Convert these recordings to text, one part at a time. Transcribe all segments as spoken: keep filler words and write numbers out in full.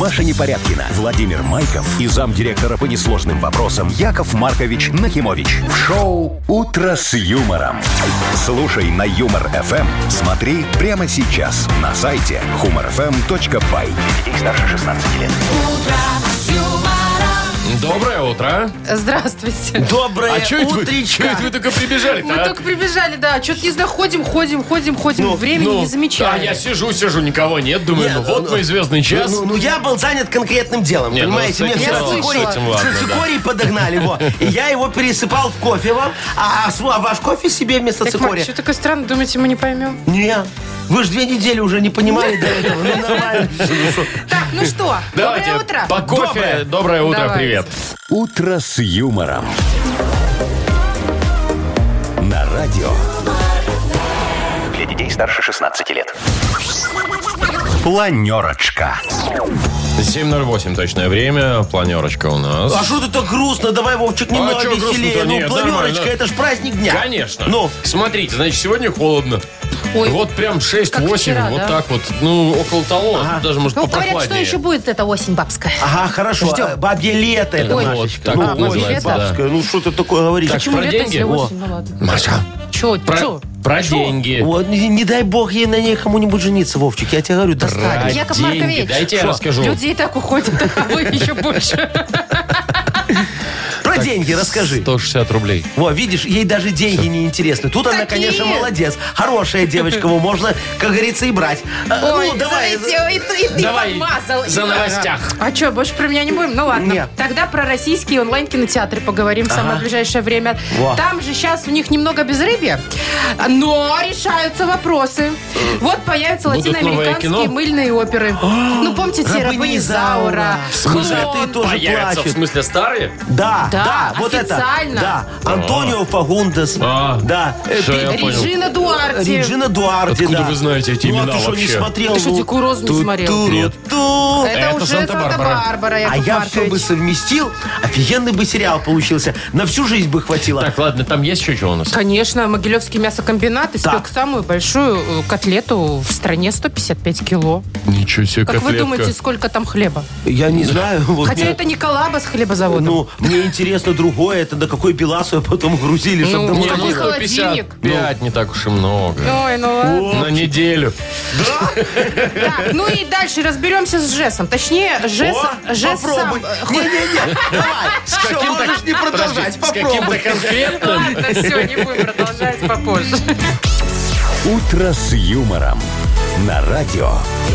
Маша Непорядкина, Владимир Майков и замдиректора по несложным вопросам Яков Маркович Нахимович. В шоу «Утро с юмором». Слушай на Юмор-ФМ. Смотри прямо сейчас на сайте humor f m точка by. Для детей старше шестнадцати лет. Доброе утро. Здравствуйте. Доброе а чё утречко. Это вы, чё это вы только прибежали-то, Мы а? только прибежали, да. Что-то не знаю, ходим, ходим, ходим, ходим. Ну, Времени Ну, не замечаем. А я сижу, сижу, никого нет. Думаю, Нет, ну вот ну, мой звездный час. Ну, ну, я был занят конкретным делом, Не, ну, понимаете? с этим Мне ладно, цицикорий, с этим ладно, цицикорий подогнали, во. И я его пересыпал в кофе вам, а, а, а ваш кофе себе вместо Так, Марк, цикория. что такое странно, думаете, мы не поймем? Не, вы же две недели уже не понимали до этого. Ну, нормально. Так, ну что, Давайте доброе утро. по кофе. Доброе. Доброе утро, Давайте. привет. «Утро с юмором». На радио. Для детей старше шестнадцати лет. Планерочка. семь ноль восемь точное время, планерочка у нас. А что ты так грустно? Давай, Вовчик, немного А чё веселее. грустно-то? Ну, Нет, планерочка, нормально. это ж праздник дня. Конечно. Ну, Смотрите, значит, сегодня холодно. Ой, Вот прям шесть-восемь, вчера, вот да? так вот. Ну, около того, Ага. даже, может, ну, говорят, что попрохладнее. еще будет эта осень бабская. ага, хорошо. Ждем. А, Бабье лето это, Ой. Машечка. Вот так Ну, вот ой, называется, да. бабское. Ну, что ты такое говоришь? Так, Почему про лето, деньги? если О. осень? Ну ладно. Маша, Че, про, че? про деньги. Вот, не, не дай бог ей на ней кому-нибудь жениться, Вовчик. Я тебе говорю, достали. Про Яков деньги. Маркович, Дайте я что? расскажу. Люди и так уходят, а вы еще больше. Про деньги расскажи. сто шестьдесят рублей. Во, видишь, ей даже деньги не интересны. Тут она, Какие? конечно, молодец. Хорошая девочка, его можно, как говорится, и брать. А, Ой, ну, давай. знаете, и, ты- и ты Давай подмазал. за И- новостях. А что, больше про меня не будем? Ну ладно. Нет. Тогда про российские онлайн-кинотеатры поговорим в самое Ага. ближайшее время. Во. Там же сейчас у них немного безрыбья, но решаются вопросы. Вот появятся Будут новое латиноамериканские кино? мыльные оперы. Ну, помните, те Рабыня Рабыня Изаура. Изаура. В смысле, Клон. ты тоже Появятся, в плачет. смысле, старые? Да, Да, да, вот это. официально. Да, Антонио Фагундес. А, Да. э, всё, я Пи- понял. Реджина Дуарти. Реджина Дуарти, Откуда да. вы знаете эти Ну, а имена ты что, не вообще? смотрел? Ты что, Ну, «Дикую розу» не ту- смотрел? ту- Нет. ту. Это, Это уже Санта-Барбара. Санта-Барбара, А Яков я Маркович. все бы совместил, офигенный бы сериал получился. На всю жизнь бы хватило. Так, ладно, там есть еще что у нас? Конечно, Могилевский мясокомбинат испек Так. самую большую э, котлету в стране, сто пятьдесят пять кило. Ничего себе, Как вы котлетка. думаете, сколько там хлеба? Я не знаю. вот Хотя мне- это не коллаба с хлебозаводом. Ну, мне интересно другое, это на какой беласу потом грузили, Ну, чтобы в Не, домой какой ну было. сто пятьдесят холодильник? пять не так уж и много. Ой, ну ладно. На неделю. Так, ну и дальше разберемся с ЖЭСом. Точнее, ЖЭС, О, ЖЭС сам... попробуй. э, Не-не-не, давай. Все, каким-то- можешь не продолжать, С каким-то попробуй. конкретным. Ладно, все, не будем продолжать попозже. «Утро с юмором». На радио.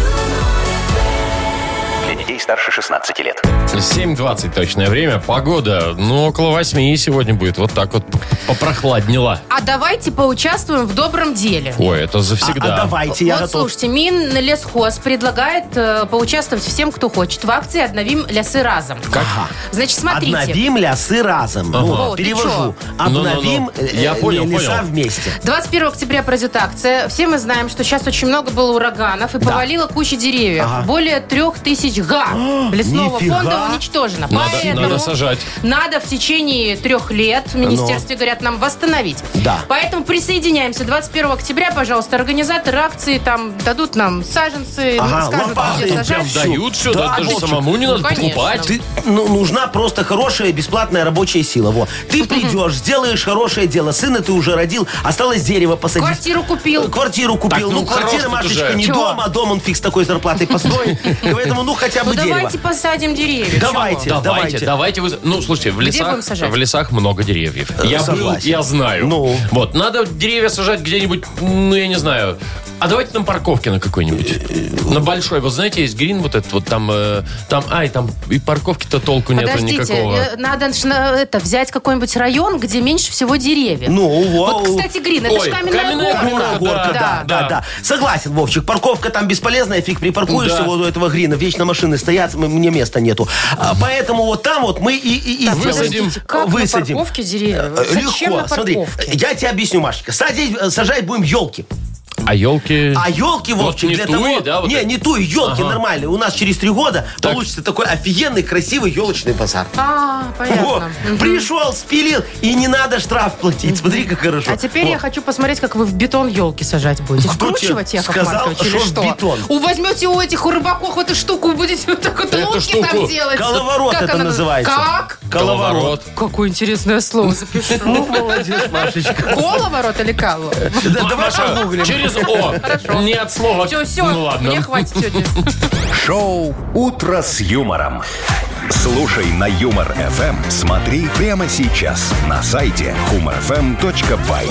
Для детей старше шестнадцати лет. семь двадцать точное время. Погода, ну, около восьми сегодня будет. Вот так вот попрохладнела. А давайте поучаствуем в добром деле. Ой, это завсегда. А давайте, я вот готов. слушайте, Минлесхоз предлагает э, поучаствовать всем, кто хочет, в акции «Обновим лясы разом». Как? Значит, смотрите. Обновим лясы разом. Ну, Вова, ты перевожу. чё? Обновим Ну-ну-ну. Я э, понял, леса понял. вместе. двадцать первого октября пройдет акция. Все мы знаем, что сейчас очень много было ураганов и повалило куча деревьев. Ага. Более трех тысяч га лесного нифига. фонда уничтожено. Надо- Поэтому надо сажать. надо в течение трех лет, в министерстве говорят, нам восстановить. Да. Поэтому присоединяемся. двадцать первого октября, пожалуйста, организаторы акции там дадут нам саженцы, Ага, скажут, лопаты где прям сажать. Дают все, Да, да, даже Вовчик. самому не надо Ну, конечно. покупать. Ты, ну, нужна просто хорошая бесплатная рабочая сила. Вот. Ты придешь, сделаешь хорошее дело. Сына ты уже родил, осталось дерево посадить. Квартиру купил. Э, Квартиру купил. Так, ну, ну, квартира, хорош тут Машечка, уже. не Чё? дом, а дом он фиг с такой зарплатой построит. Поэтому, ну, хотя бы Ну дерево. давайте посадим деревья. Давайте. Чего? Давайте, давайте. вы- Ну, слушайте, в Где лесах, будем сажать? в лесах много деревьев. Я был, согласен. я знаю. Ну. Вот, надо деревья сажать где-нибудь, ну, я не знаю. А давайте на парковке на какой-нибудь. На большой. Вот знаете, есть грин вот этот вот там, э, там, ай, там и парковки-то толку нету Подождите, никакого. э, надо ж на- это, взять какой-нибудь район, где меньше всего деревьев. Ну, Вот, вау. кстати, Грин, это Ой, же каменная каменная горка. горка, Горка, да, да, да. да. Согласен, Вовчик. Парковка там бесполезная, фиг припаркуешься Да. вот у этого грина. Вечно машины стоят, м- мне места нету. А, поэтому вот там вот мы и, и, и Так, сделаем. подождите, как Высадим. на парковке деревья? Э, Зачем Легко. на Смотри, парковке? я тебе объясню, Машечка. Садить, э, сажать будем елки. А елки... А елки, Вовчик, не для туи, того... да, вот не, это? не туи, елки Ага. нормальные. У нас через три года Так. получится такой офигенный, красивый елочный базар. А, Во, понятно. Мгм. пришел, спилил, и не надо штраф платить. Смотри, как хорошо. А теперь Во. я хочу посмотреть, как вы в бетон елки сажать будете. Кто Вкручивать, тебе Яков сказал, Маркович, или что в что? бетон? У, возьмете у этих, у рыбаков эту штуку, будете вот так вот Эту лодки там штуку? делать. Коловорот Как это она называется. Как? Коловорот. Какое интересное слово, запишу. Ну, молодец, Машечка. Коловорот или кало? Да, Ма- давай Маша, погуглим. через О. Не от слова. Все, все, Ну ладно. мне хватит сегодня. Шоу «Утро с юмором». Слушай на Юмор эф эм. Смотри прямо сейчас на сайте humor f m точка by.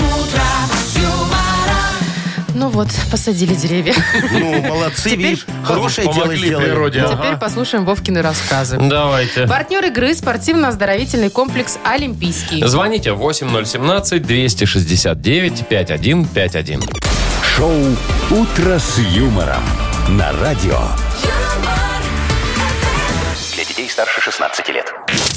Ну вот, посадили деревья. Ну, молодцы, Теперь видишь, хорошее дело Помогли сделали. природе. Теперь Ага. послушаем Вовкины рассказы. Давайте. Партнер игры спортивно-оздоровительный комплекс «Олимпийский». Звоните восемь ноль семнадцать двести шестьдесят девять пятьдесят один пятьдесят один. Шоу «Утро с юмором» на радио. Для детей старше шестнадцати лет.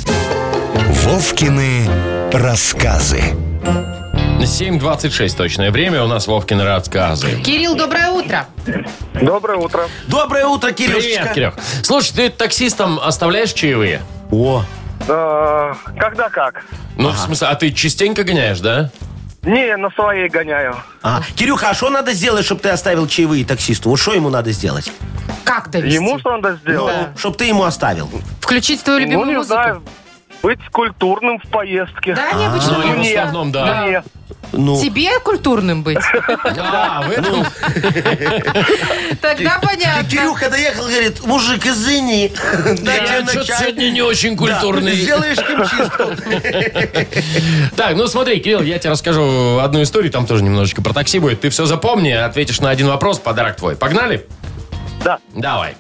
Вовкины рассказы. семь двадцать шесть точное время. У нас Вовкины рассказы. Кирилл, доброе утро. Доброе утро. Доброе утро, Привет, Кирюшечка. Кирюх. Слушай, ты таксистам оставляешь чаевые? О, Э, Когда как? Ну, в смысле, а ты частенько гоняешь, да? Не, на своей гоняю. а. Кирюха, а что надо сделать, чтобы ты оставил чаевые таксисту? Вот что ему надо сделать? Как довести? Ему что надо сделать? Ну, чтобы ты ему оставил. Включить твою Ну, любимую не музыку? знаю, быть культурным в поездке. Да, необычно. Ну, и в Мне. основном, да. Мне. Ну, Тебе культурным быть? А, в этом... Тогда понятно. Кирюха доехал, говорит, мужик, извини. дай тебе Я на что-то чай». сегодня не очень Да, культурный. сделаешь химчистку. Так, ну смотри, Кирилл, я тебе расскажу одну историю, там тоже немножечко про такси будет. Ты все запомни, ответишь на один вопрос, подарок твой. Погнали? Да. Давай.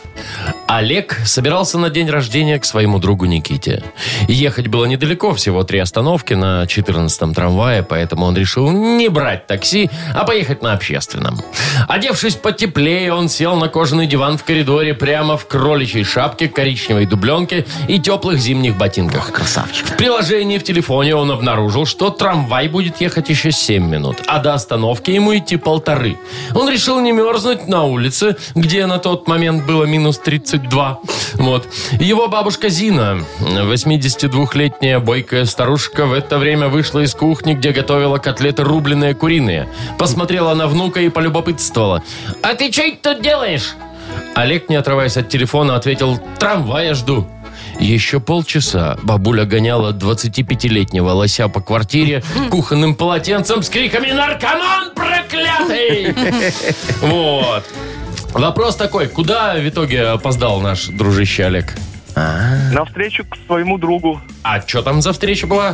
Олег собирался на день рождения к своему другу Никите. Ехать было недалеко, всего три остановки на четырнадцатом трамвае, поэтому он решил не брать такси, а поехать на общественном. Одевшись потеплее, он сел на кожаный диван в коридоре прямо в кроличьей шапке, коричневой дубленке и теплых зимних ботинках. Красавчик. В приложении в телефоне он обнаружил, что трамвай будет ехать еще семь минут, а до остановки ему идти полторы. Он решил не мерзнуть на улице, где на тот момент было минус тридцать два. Вот. Его бабушка Зина, восьмидесятидвухлетняя бойкая старушка, в это время вышла из кухни, где готовила котлеты рубленые куриные. Посмотрела на внука и полюбопытствовала. «А ты что это тут делаешь?» Олег, не отрываясь от телефона, ответил: «Трамвая жду». Еще полчаса бабуля гоняла двадцатипятилетнего лося по квартире кухонным полотенцем с криками «Наркоман проклятый!» Вот. Вопрос такой, куда в итоге опоздал наш дружище Олег? Навстречу к своему другу. А что там за встреча была?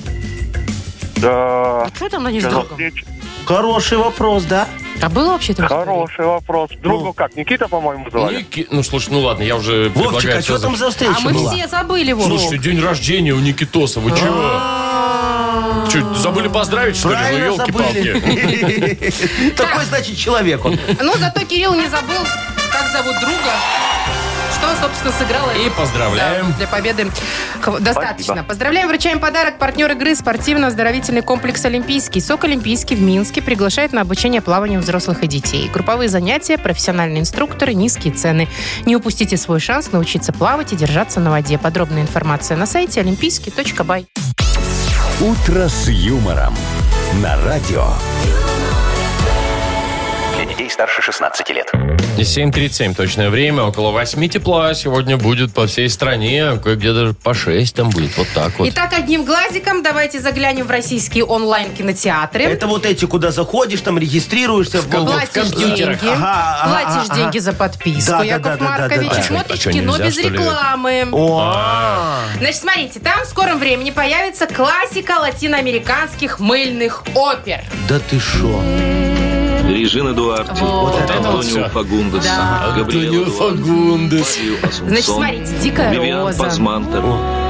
Да. Что там они с За другом? встречу. Хороший вопрос, да? А было вообще-то? Хороший вопрос. Другу Ну. как? Никита, по-моему, звали? Ники- Ну, слушай, ну ладно, я уже Вовчик, предлагаю... а что всё там за встреча А мы была? все забыли, Вов. Слушайте, день рождения у Никитоса, вы чего? Что, забыли поздравить, что ли? Ну, Правильно елки-палки. забыли. Такой, значит, человек он. Ну, зато Кирилл не забыл, как зовут друга. Что, собственно, сыграло И поздравляем. Да, для победы. Хв- Достаточно. Спасибо. Поздравляем, вручаем подарок. Партнер игры спортивно-оздоровительный комплекс «Олимпийский». СОК «Олимпийский» в Минске приглашает на обучение плаванию взрослых и детей. Групповые занятия, профессиональные инструкторы, низкие цены. Не упустите свой шанс научиться плавать и держаться на воде. Подробная информация на сайте олимпийский точка бай. «Утро с юмором» на радио. Для детей старше шестнадцати лет. семь тридцать семь точное время, около восьми тепла сегодня будет по всей стране, кое-где даже по шесть там будет, вот так вот. Итак, одним глазиком давайте заглянем в российские онлайн-кинотеатры. Это вот эти, куда заходишь, там регистрируешься. в ком- Платишь компьютерах. деньги, Ага, ага, платишь ага. деньги за подписку, Да, да, Яков да, да, Маркович, да, да. и смотришь А что, кино нельзя, без что ли? рекламы. О, Значит, смотрите, там в скором времени появится классика латиноамериканских мыльных опер. да ты шо? Режина Дуарте, Вот это вот Антонио всё. Фагундес, Да. Габриэла Антонио Дуарте, Фагундес. Марию Асунсон, Значит, смотрите, «Дикая Вивиан роза». Пазмантер,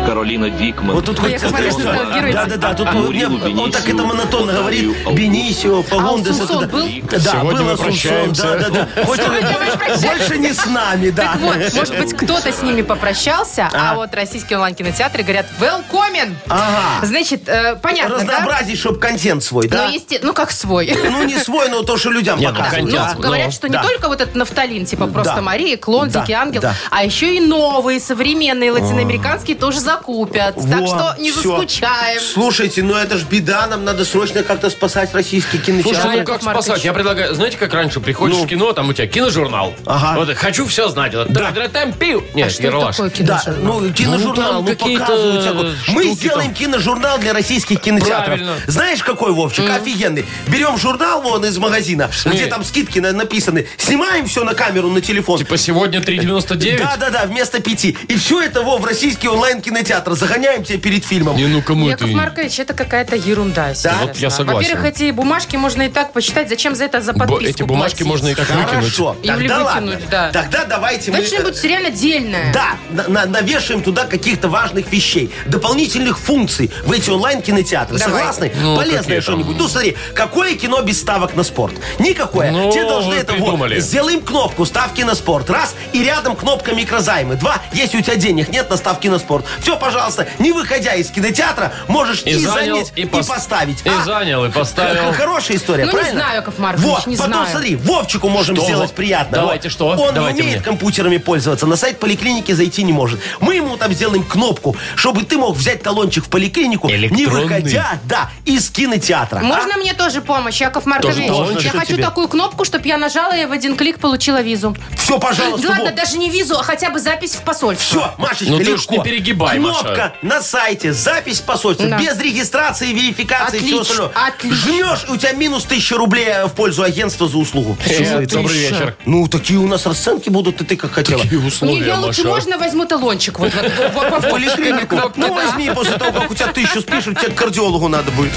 Каролина Дикман. Вот тут Ой, Яков Маркович, ностальгируете. Да-да-да, тут Амурилу, вот, не, он Бенисио, так это монотонно говорит. Алсу. Бенисио, Фагундес. Алсусон это- был? Да, Сегодня был мы Алсусон, прощаемся. да-да-да. Хоть он больше- больше не с нами, да. Так вот, может быть, кто-то с ними попрощался, а, А. вот российские онлайн-кинотеатры говорят «Велкомен». Ага. Значит, э, понятно, да? Разнообразить, чтобы контент свой, да? Ну, есте- ну, как свой. Ну, не свой, но то, что людям Не, ну, показывают. контент Ну, свой. говорят, Ну, что не да. только вот этот нафталин, типа просто Да. Мария, клон, Да, Дикий ангел, да. а еще и новые, современные, латиноамериканские тоже закупят. Так Во, что не всё. заскучаем. Слушайте, ну это ж беда, нам надо срочно как-то спасать российский Слушай, кинотеатр. ну Яков как Маркович. спасать? Я предлагаю, знаете, как раньше, приходишь Ну. в кино, там у тебя киножурнал. Ага. Вот, хочу все знать. Вот, Да. тра-тра-там, пиу. Нет, А что это Ералаш. такое Да, киножурнал? ну киножурнал, Ну, ну, там какие-то показывают всякую. Мы штуки сделаем там. киножурнал для российских кинотеатров. Правильно. Знаешь, какой, Вовчик, офигенный. Берем журнал вон из магазина, смысле? где там скидки на- написаны, снимаем все на камеру, на телефон. Типа сегодня три девяносто девять? Да-да-да, вместо пяти. И все это, Вов, в российский онлайн-кинотеатр. Загоняем тебя перед фильмом. Не, ну кому Яков это? Маркович, это какая-то ерунда. если Да? Вот честно. я согласен. Во-первых, эти бумажки можно и так почитать. Зачем за это за Бо- подписку Эти бумажки платить? можно и так выкинуть. Хорошо. Или Тогда выкинуть, ладно. да. Тогда давайте Да мы... что-нибудь реально дельное. Да, на- на- навешаем туда каких-то важных вещей, дополнительных функций в эти онлайн-кинотеатры. Давай. Согласны? Ну, Полезное какие там? что-нибудь. Ну, смотри, какое кино без ставок на спорт? Никакое. Ну, Те должны вы это придумали. вот. Сделаем кнопку ставки на спорт. Раз. И рядом кнопка микрозаймы. Два. Если у тебя денег нет на ставки на спорт. Все, пожалуйста, не выходя из кинотеатра, можешь и, И занял, занять, и и, пос- поставить. И А? занял, и Х- поставил. Хорошая история, Ну, не правильно? знаю, Яков Маркович, Вот, не потом знаю. смотри, Вовчику можем Что? сделать приятно. Давайте, Вот. что? Он Давайте не умеет мне. компьютерами пользоваться, на сайт поликлиники зайти не может. Мы ему там сделаем кнопку, чтобы ты мог взять талончик в поликлинику, не Электронный. выходя, да, из кинотеатра. Можно А? мне тоже помощь, Яков Маркович? можно, Я что хочу тебе? такую кнопку, чтобы я нажала и в один клик получила визу. Все, пожалуйста. Ладно, Вов. даже не визу, а хотя бы запись в посольство. Все, Машечка, Ну ты легко. уж не перегибай, Кнопка Маша. на сайте, запись посольства, Да. без регистрации, верификации и Отлично, всего остального. отлично. Жмешь, и у тебя минус тысяча рублей в пользу агентства за услугу. Э, Всё, это Добрый еще. вечер. Ну, такие у нас расценки будут, и ты как хотела. Какие Не, условия, я лучше Маша? можно возьму талончик вот, вот, вот, вот, вот, В поликлинику. кнопка, Ну, да. возьми, после того, как у тебя тысячу спишут, тебе к кардиологу надо будет.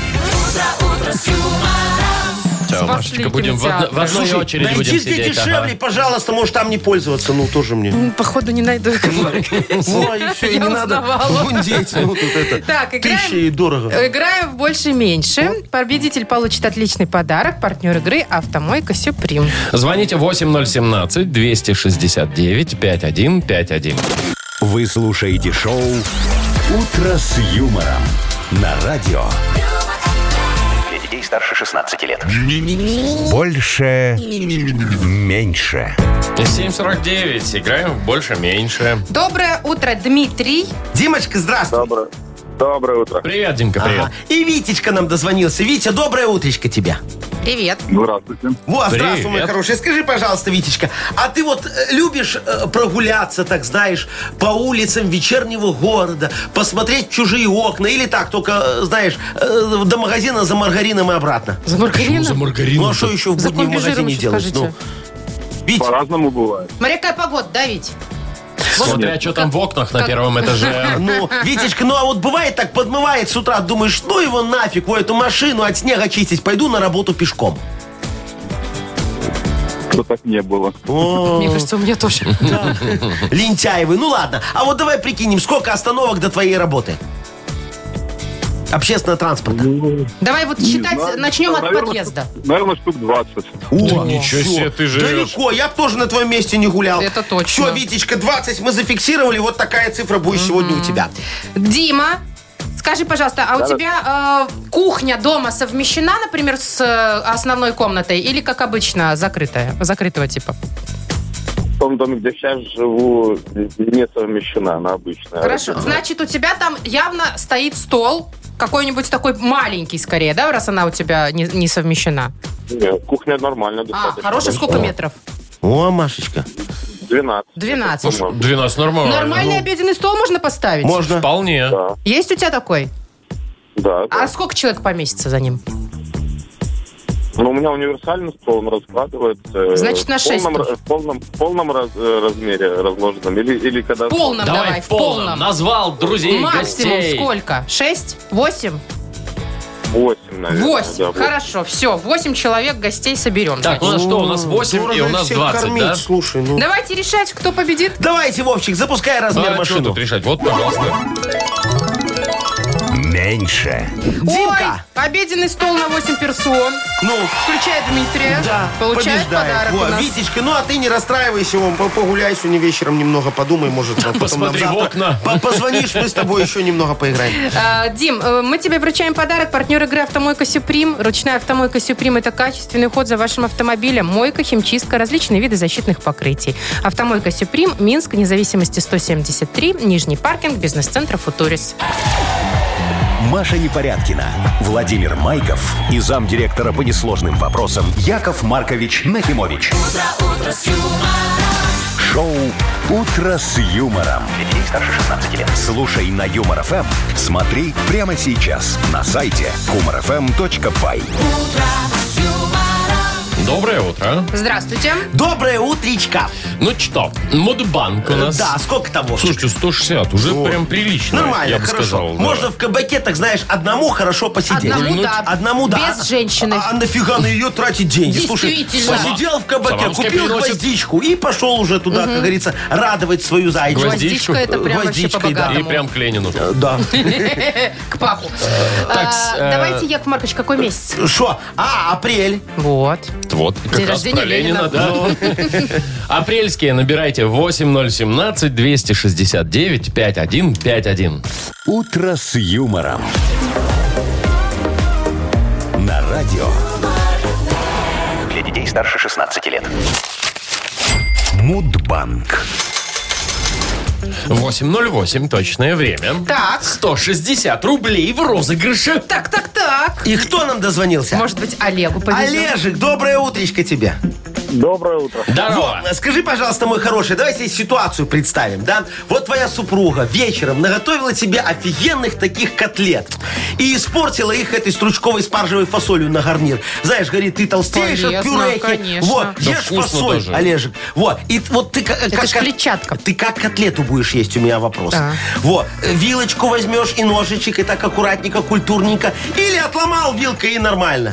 Всё, Спасли Машечка, будем в, одно- в одной Слушай, очереди найди будем где сидеть. дешевле, ага. пожалуйста, может там не пользоваться, ну, тоже мне. М, Походу, не найду, Яков Маркович. Ну, и все, и Я не надо узнавала. гундеть. Ну, тут это, Так, тысяча играем. и дорого. Играем в больше-меньше. Победитель получит отличный подарок. Партнер игры «Автомойка Сюприм». Звоните восемь ноль семнадцать двести шестьдесят девять пятьдесят один пятьдесят один. Вы слушаете шоу «Утро с юмором» на радио. Для детей старше шестнадцати лет. Больше. Меньше. семь сорок девять. Играем в больше-меньше. Доброе утро, Дмитрий. Димочка, здравствуй. Доброе. Доброе утро. Привет, Димка, привет. Ага. И Витечка нам дозвонился. Витя, доброе утречко тебе. Привет. Здравствуйте. Вот, здравствуй, Привет. мой хороший. Скажи, пожалуйста, Витечка, а ты вот э, любишь э, прогуляться, так знаешь, по улицам вечернего города, посмотреть в чужие окна или так, только, э, знаешь, э, до магазина за маргарином и обратно? За маргарином? За маргарином. Ну, а что еще в За будни в магазине комбижируем, делать? скажите. Ну, Вить, По-разному бывает. Смотри, какая погода, да, Вить? Смотря, что там в окнах на первом этаже. ну, Витечка, ну а вот бывает так, подмывает с утра, думаешь, ну его нафиг, во эту машину от снега чистить, пойду на работу пешком. Что так не было. О, Мне кажется, у меня тоже. да. Лентяевы. Ну ладно, а вот давай прикинем, сколько остановок до твоей работы? Общественного транспорта. Давай вот считать, знаю. начнем от Наверное, подъезда. Наверное, штук двадцать. О, ничего всё. себе, ты живешь. Далеко, я бы тоже на твоем месте не гулял. Это точно. Все, Витечка, двадцать мы зафиксировали, вот такая цифра будет сегодня у тебя. Дима, скажи, пожалуйста, а у тебя э, кухня дома совмещена, например, с э, основной комнатой или, как обычно, закрытая, закрытого типа? В том доме, где сейчас живу, не совмещена, она обычная. Хорошо. Значит, у тебя там явно стоит стол, какой-нибудь такой маленький скорее, да, раз она у тебя не, не совмещена? Нет, кухня нормальная, А, достаточно. хорошая, сколько метров? О, Машечка. двенадцать. двенадцать. По-моему. двенадцать нормально. Нормальный обеденный стол можно поставить? Можно. Вполне. Да, Есть у тебя такой? да. А да. сколько человек поместится за ним? Ну, у меня универсальный стол, он раскладывается. Значит, на в полном, шесть. ра- в полном, в полном раз- э, размере разложенном. Или, или когда... В полном Давай, давай, в полном. Назвал друзей, Максимум гостей. сколько? Шесть? Восемь? восемь, наверное. Восемь. Да, вот. Хорошо, все. Восемь человек гостей соберем. Так, у нас что? У нас восемь и у Дорого нас всех двадцать, кормить, да? слушай, ну. Давайте решать, кто победит. Давайте, Вовчик, запускай размер А что машины. тут решать? Вот, пожалуйста. Меньше. Димка. Ой, обеденный стол на восемь персон. Ну, Включает Дмитрия. да, Получает побеждает. подарок Во, у нас. Витечка, ну а ты не расстраивайся, вон, по- погуляй сегодня вечером немного, подумай, может, потом Посмотри нам в завтра окна. по- позвонишь, мы с тобой еще немного поиграем. А, Дим, э, мы тебе вручаем подарок. Партнер игры «Автомойка Сюприм». Ручная «Автомойка Сюприм» — это качественный уход за вашим автомобилем. Мойка, химчистка, различные виды защитных покрытий. «Автомойка Сюприм», Минск, независимости сто семьдесят три, Нижний паркинг, бизнес-центр «Футурис». Маша Непорядкина, Владимир Майков и замдиректора по несложным вопросам Яков Маркович Нахимович. Шоу «Утро с юмором». Для детей старше шестнадцати лет. Слушай на Юмор ФМ. Смотри прямо сейчас на сайте humor эф эм точка бай. Доброе утро. Здравствуйте. Доброе утречка. Ну что, Модбанк у нас. Да, сколько того? Слушайте, сто шестьдесят, уже О, прям прилично, Нормально, я бы хорошо. сказал. да. Можно в кабаке, так знаешь, одному хорошо посидеть. Одному, Ну, да. Одному, да. Без женщины. А, а нафига на ее тратить деньги? Слушай, Действительно. посидел в кабаке, Савамская купил приносит. гвоздичку и пошел уже туда, как говорится, радовать свою зайчку. Гвоздичку. Гвоздичка — это прям вообще Гвоздичкой, да. по-богатому. И прям к Ленину. Э, Да. К папу. Так, А, с, э, Давайте, Яков Маркович, какой месяц? Что? А, апрель. Вот. Вот, как День раз рождения про Ленина, Ленина. да. Апрельские набирайте восемь ноль семнадцать двести шестьдесят девять пятьдесят один пятьдесят один. «Утро с юмором». На радио. Для детей старше шестнадцати лет. Мудбанк. восемь ноль восемь, точное время. Так. сто шестьдесят рублей в розыгрыше. Так, так, так. И кто нам дозвонился? Может быть, Олегу повезет. Олежек, доброе утречко тебе. Доброе утро. Здорово. Вот, скажи, пожалуйста, мой хороший, давай себе ситуацию представим, да? Вот твоя супруга вечером наготовила тебе офигенных таких котлет и испортила их этой стручковой спаржевой фасолью на гарнир. Знаешь, говорит, ты толстеешь от Полезно, пюрехи. конечно. Вот, Да ешь вкусно фасоль, даже. Олежек. Вот, и вот ты как... Это ж как- клетчатка. Ты как котлету будешь есть, у меня вопрос. Да. Вот, вилочку возьмешь и ножичек, и так аккуратненько, культурненько. Или отломал вилкой и нормально.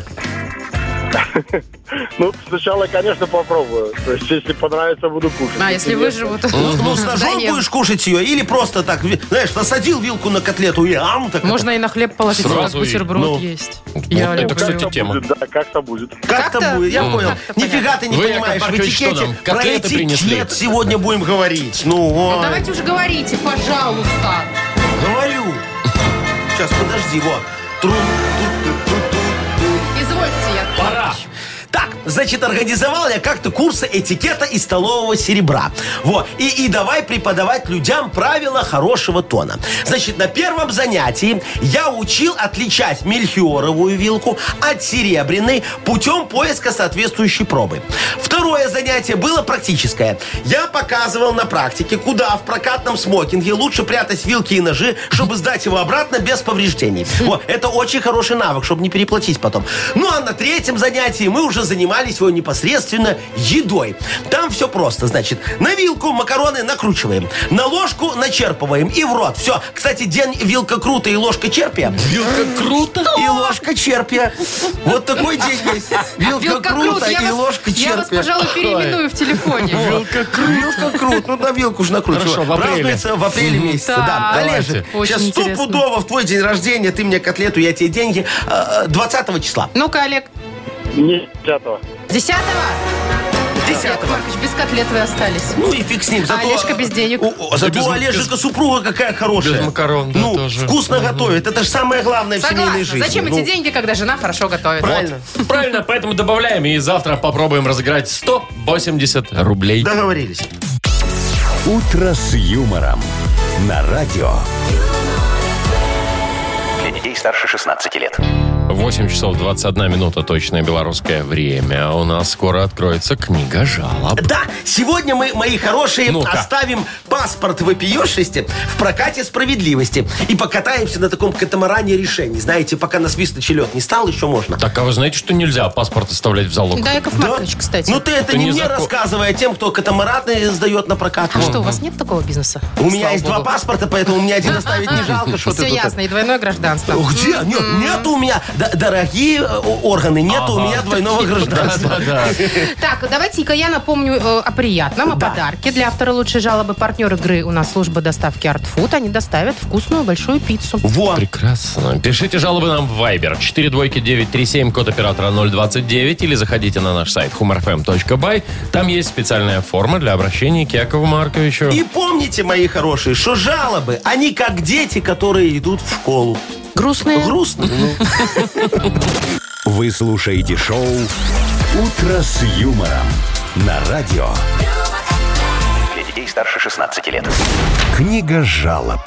Ну, сначала, конечно, попробую. То есть, если понравится, буду кушать. А, если нет, выживут, то Ну, ну, с ножом доем. будешь кушать ее, или просто так, ви- знаешь, насадил вилку на котлету и ам, так Можно и на хлеб положить, Сразу как и- бутерброд ну. есть. Вот Я это, люблю. кстати, Как-то тема. будет, да, как-то будет. Как-то Как-то- будет, я ну, понял. как-то Нифига ты не Вы, Яков понимаешь, в Маркович, что этикете нам, про котлеты принесли? этикет сегодня будем говорить. Ну, Ну, ой, давайте уже говорите, пожалуйста. говорю. Сейчас, подожди, вот. Тру- ту- ту- ту- ту- Извольте, Яков Пора. Маркович. Так, значит, организовал я как-то курсы этикета и столового серебра. Вот. И, и давай преподавать людям правила хорошего тона. Значит, на первом занятии я учил отличать мельхиоровую вилку от серебряной путем поиска соответствующей пробы. Второе занятие было практическое. Я показывал на практике, куда в прокатном смокинге лучше прятать вилки и ножи, чтобы сдать его обратно без повреждений. Вот. Это очень хороший навык, чтобы не переплатить потом. Ну, а на третьем занятии мы уже занимались его непосредственно едой. Там все просто, значит, на вилку макароны накручиваем, на ложку начерпываем и в рот. Все. Кстати, день вилка круто и ложка черпия. Вилка круто. И ложка черпия. Вот такой день есть. Вилка, Вилка круто крут. Я и вас, ложка я вас, черпия. пожалуй, переименую в телефоне. Вилка крут. Вилка крут. Ну, на вилку же накручиваю. Хорошо, в апреле. Празднуется в апреле месяце. Так. Да. Давайте. Олежек, Очень сейчас интересно. стопудово в твой день рождения ты мне котлету, я тебе деньги. э, двадцатого числа. Ну-ка, Олег, Не десятого. десятого? Яков десятого. Маркович, без котлет вы остались. Ну и фиг с ним. Зато, Олежка без денег. О, о, зато без- у Олежика супруга какая хорошая. Без макарон, да, Ну, тоже. вкусно готовит. Это же самое главное в семейной Согласна. жизни. Зачем Ну, эти деньги, когда жена хорошо готовит? Правильно. Правильно, поэтому добавляем и завтра попробуем разыграть сто восемьдесят рублей. Договорились. «Утро с юмором» на радио. Для детей старше шестнадцати лет. восемь часов двадцать одна минута, точное белорусское время. У нас скоро откроется книга жалоб. Да, сегодня мы, мои хорошие, Ну-ка. оставим паспорт вопиешести в прокате справедливости и покатаемся на таком катамаране решений. Знаете, пока на свисточий лед не стал, еще можно. Так, а вы знаете, что нельзя паспорт оставлять в залог? Да, Яков Маркович, кстати. Ну ты это, Это не не мне закон. рассказывай, а тем, кто катамараны сдает на прокат. А что, у вас нет такого бизнеса? У меня Слава есть богу. два паспорта, поэтому мне один оставить не жалко. Что ты Все тут- ясно, и двойное гражданство. Где? Нет, нет у меня. д- дорогие э, органы, нет у меня двойного гражданства. Да-да-да. Так, давайте-ка я напомню э, о приятном, о Да. подарке. Для автора лучшей жалобы партнер игры у нас служба доставки Art Food. Они доставят вкусную большую пиццу. Во. Прекрасно. Пишите жалобы нам в Viber. четыре двойки девять три семь, код оператора ноль двадцать девять. Или заходите на наш сайт humor f m точка by. Там есть специальная форма для обращения к Якову Марковичу. И помните, мои хорошие, что жалобы, они как дети, которые идут в школу. Грустные. Грустно. Ну. Вы слушаете шоу «Утро с юмором» на радио. Для детей старше шестнадцати лет. Книга жалоб.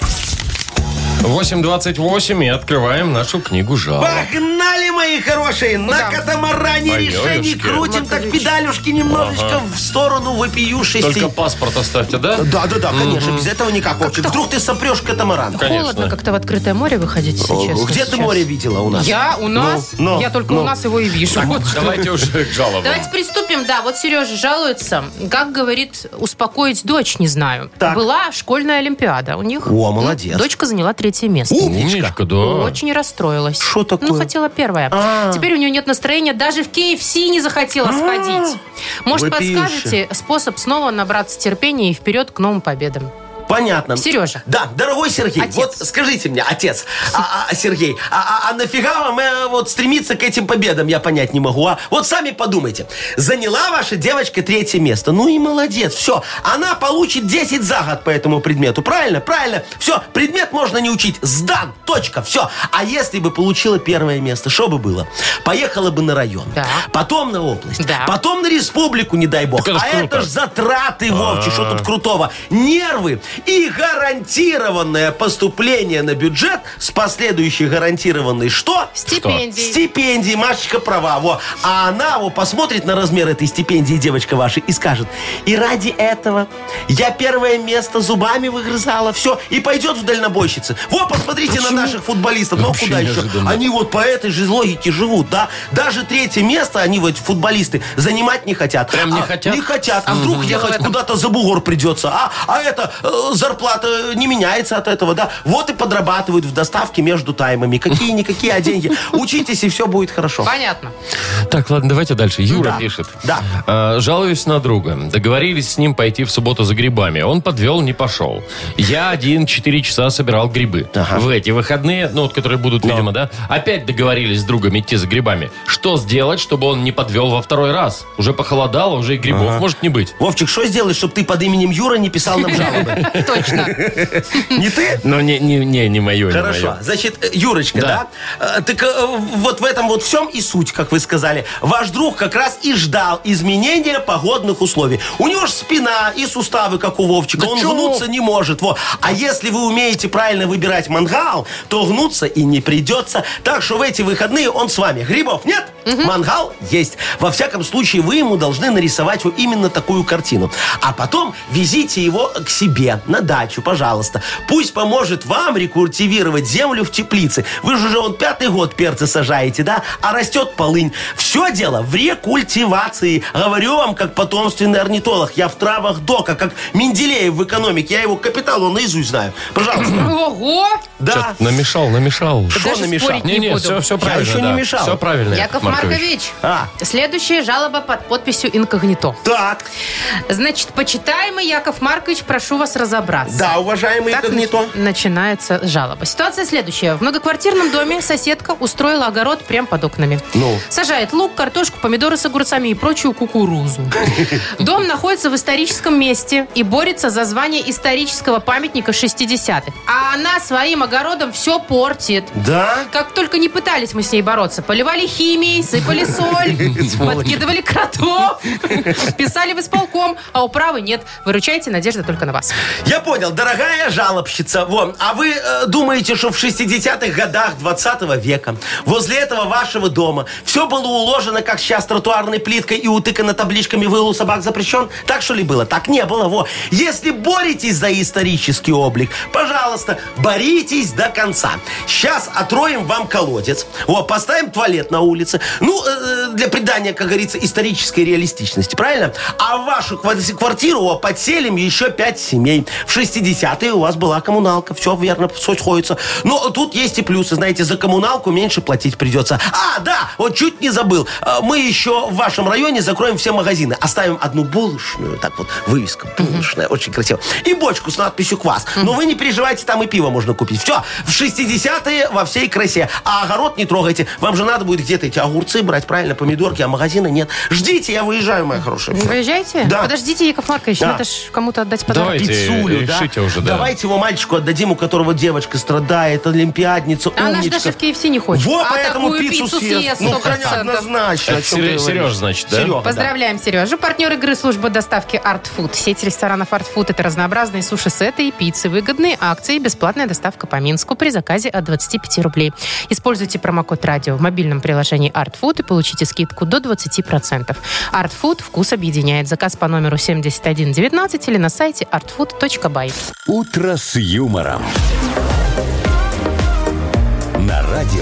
восемь двадцать восемь, и открываем нашу книгу жалоб. Погнали, мои хорошие! На катамаране Поешки. решений крутим, так Маркович. педалюшки немножечко в сторону вопиюшести. Только паспорт оставьте, да? Да, да, да, конечно, без этого никак, Вовчик. Вдруг ты сопрешь катамаран. Конечно. Холодно как-то в открытое море выходить сейчас. Где ты море видела у нас? Я у нас. Ну, ну, я только ну. у нас его и вижу. Вот что. Давайте уже к жалобам. Давайте приступим. Да, вот Сережа жалуется. Как, говорит, успокоить дочь, не знаю. Так. Была школьная олимпиада у них. О, молодец. Дочка заняла третье место. Умничка, да. Очень расстроилась. Шо такое? Ну, хотела первое. А. Теперь у нее нет настроения, даже в кей эф си не захотела сходить. Может, Вопиюще. подскажете способ снова набраться терпения и вперед к новым победам? Понятно. Сережа. Да, дорогой Сергей, Отец. вот скажите мне, отец, а, а, Сергей, а, а, а нафига вам э, вот стремиться к этим победам, я понять не могу, а? Вот сами подумайте. Заняла ваша девочка третье место, ну и молодец, все. Она получит десять за год по этому предмету, правильно? Правильно. Все, предмет можно не учить, сдан, точка, все. А если бы получила первое место, что бы было? Поехала бы на район, Да. потом на область, Да. потом на республику, не дай бог. Так это ж А круто. это ж затраты, Вовчик, что тут крутого? Нервы и гарантированное поступление на бюджет с последующей гарантированной что? Стипендии. Стипендии, Машечка права. Во. А она вот посмотрит на размер этой стипендии, девочка ваша, и скажет, и ради этого я первое место зубами выгрызала, все, и пойдет в дальнобойщицы. Вот, посмотрите на наших футболистов. Ну, Вообще куда еще? неожиданно. Они вот по этой же логике живут, да? Даже третье место они, вот, футболисты, занимать не хотят. Прям не А, хотят? Не хотят. А вдруг Дело в ехать этом. куда-то за бугор придется, а? А это, э, зарплата не меняется от этого, да? Вот и подрабатывают в доставке между таймами. Какие-никакие, а деньги. Учитесь, и все будет хорошо. Понятно. Так, ладно, давайте дальше. Юра Да. пишет. Да. А, жалуюсь на друга. Договорились с ним пойти в субботу за грибами. Он подвел, не пошел. Я один четыре часа собирал грибы. Ага. В эти выходные, ну вот, которые будут, видимо, да, опять договорились с другом идти за грибами. Что сделать, чтобы он не подвел во второй раз? Уже похолодало, уже и грибов может не быть. Вовчик, что сделать, чтобы ты под именем Юра не писал нам жалобы? Точно. Не ты? Но не, не, не, не мое, не Хорошо. мое. Значит, э, Юрочка, Да. да? Э, Так э, вот в этом вот всем и суть, как вы сказали. Ваш друг как раз и ждал изменения погодных условий. У него же спина и суставы, как у Вовчика. Да Он чё? гнуться не может. Во. А если вы умеете правильно выбирать мангал, то гнуться и не придется. Так что в эти выходные он с вами. Грибов нет? Мангал есть. Во всяком случае, вы ему должны нарисовать вот именно такую картину. А потом везите его к себе на дачу, пожалуйста. Пусть поможет вам рекультивировать землю в теплице. Вы же уже он пятый год перцы сажаете, да? А растет полынь. Все дело в рекультивации. Говорю вам, как потомственный орнитолог. Я в травах дока, как Менделеев в экономике. Я его капитал, он наизусть знаю. Пожалуйста. Ого! Да. Чё-то намешал, намешал. Что Даже намешал? спорить не Не-не, буду. все, все правильно. еще не да. мешал. Все правильно, Яков Маркович, А. следующая жалоба под подписью «Инкогнито». Так. Значит, почитаемый Яков Маркович, прошу вас разобраться. Да, уважаемый Так инкогнито. нач- начинается жалоба. Ситуация следующая. В многоквартирном доме соседка устроила огород прямо под окнами. Ну? Сажает лук, картошку, помидоры с огурцами и прочую кукурузу. Дом находится в историческом месте и борется за звание исторического памятника шестидесятых. А она своим огородом все портит. Да? Как только не пытались мы с ней бороться. Поливали химией, сыпали соль, подкидывали кротов, писали в исполком, а управы нет. Выручайте, надежда только на вас. Я понял, дорогая жалобщица. Вон, а вы э, думаете, что в шестидесятых годах двадцатого века возле этого вашего дома все было уложено, как сейчас, тротуарной плиткой и утыкано табличками «Выгул собак запрещен»? Так что ли было? Так не было. Во. Если боретесь за исторический облик, пожалуйста, боритесь до конца. Сейчас отроем вам колодец. Во, поставим туалет на улице. Ну, э, для придания, как говорится, исторической реалистичности. Правильно? А в вашу ква- квартиру во, подселим еще пять семей. В шестидесятые у вас была коммуналка. Все верно, сходится. Но тут есть и плюсы. Знаете, за коммуналку меньше платить придется. А, да, вот чуть не забыл. Мы еще в вашем районе закроем все магазины. Оставим одну булочную. Так вот, вывеска булочная. Очень красиво. И бочку с надписью «Квас». Но вы не переживайте, там и пиво можно купить. Все, в шестидесятые во всей красе. А огород не трогайте. Вам же надо будет где-то эти огурцы брать, правильно, помидорки, а магазина нет. Ждите, я выезжаю, моя хорошая. Вы выезжаете? Да. Подождите, Яков Маркович, Да. надо ж кому-то отдать подарок. Давайте, Пиццулю, да? решите уже, да. Давайте его мальчику отдадим, у которого девочка страдает, олимпиадница, А она же умничка. даже в кей эф си не хочет. Вот, а поэтому такую пиццу, пиццу съест. съест Ну, сто процентов. однозначно. Это о чем ты Сереж, говоришь. Сереж, значит, да? Серега, да. Поздравляем, Сережу. Партнер игры служба доставки Art Food. Сеть ресторанов Art Food – это разнообразные суши-сеты и пиццы, выгодные акции и бесплатная доставка по Минску при заказе от двадцати пяти рублей. Используйте промокод радио в мобильном приложении Art Food и получите скидку до двадцати процентов. Art Food – вкус объединяет. Заказ по номеру семьдесят один девятнадцать или на сайте артфуд точка бай. «Утро с юмором». На радио.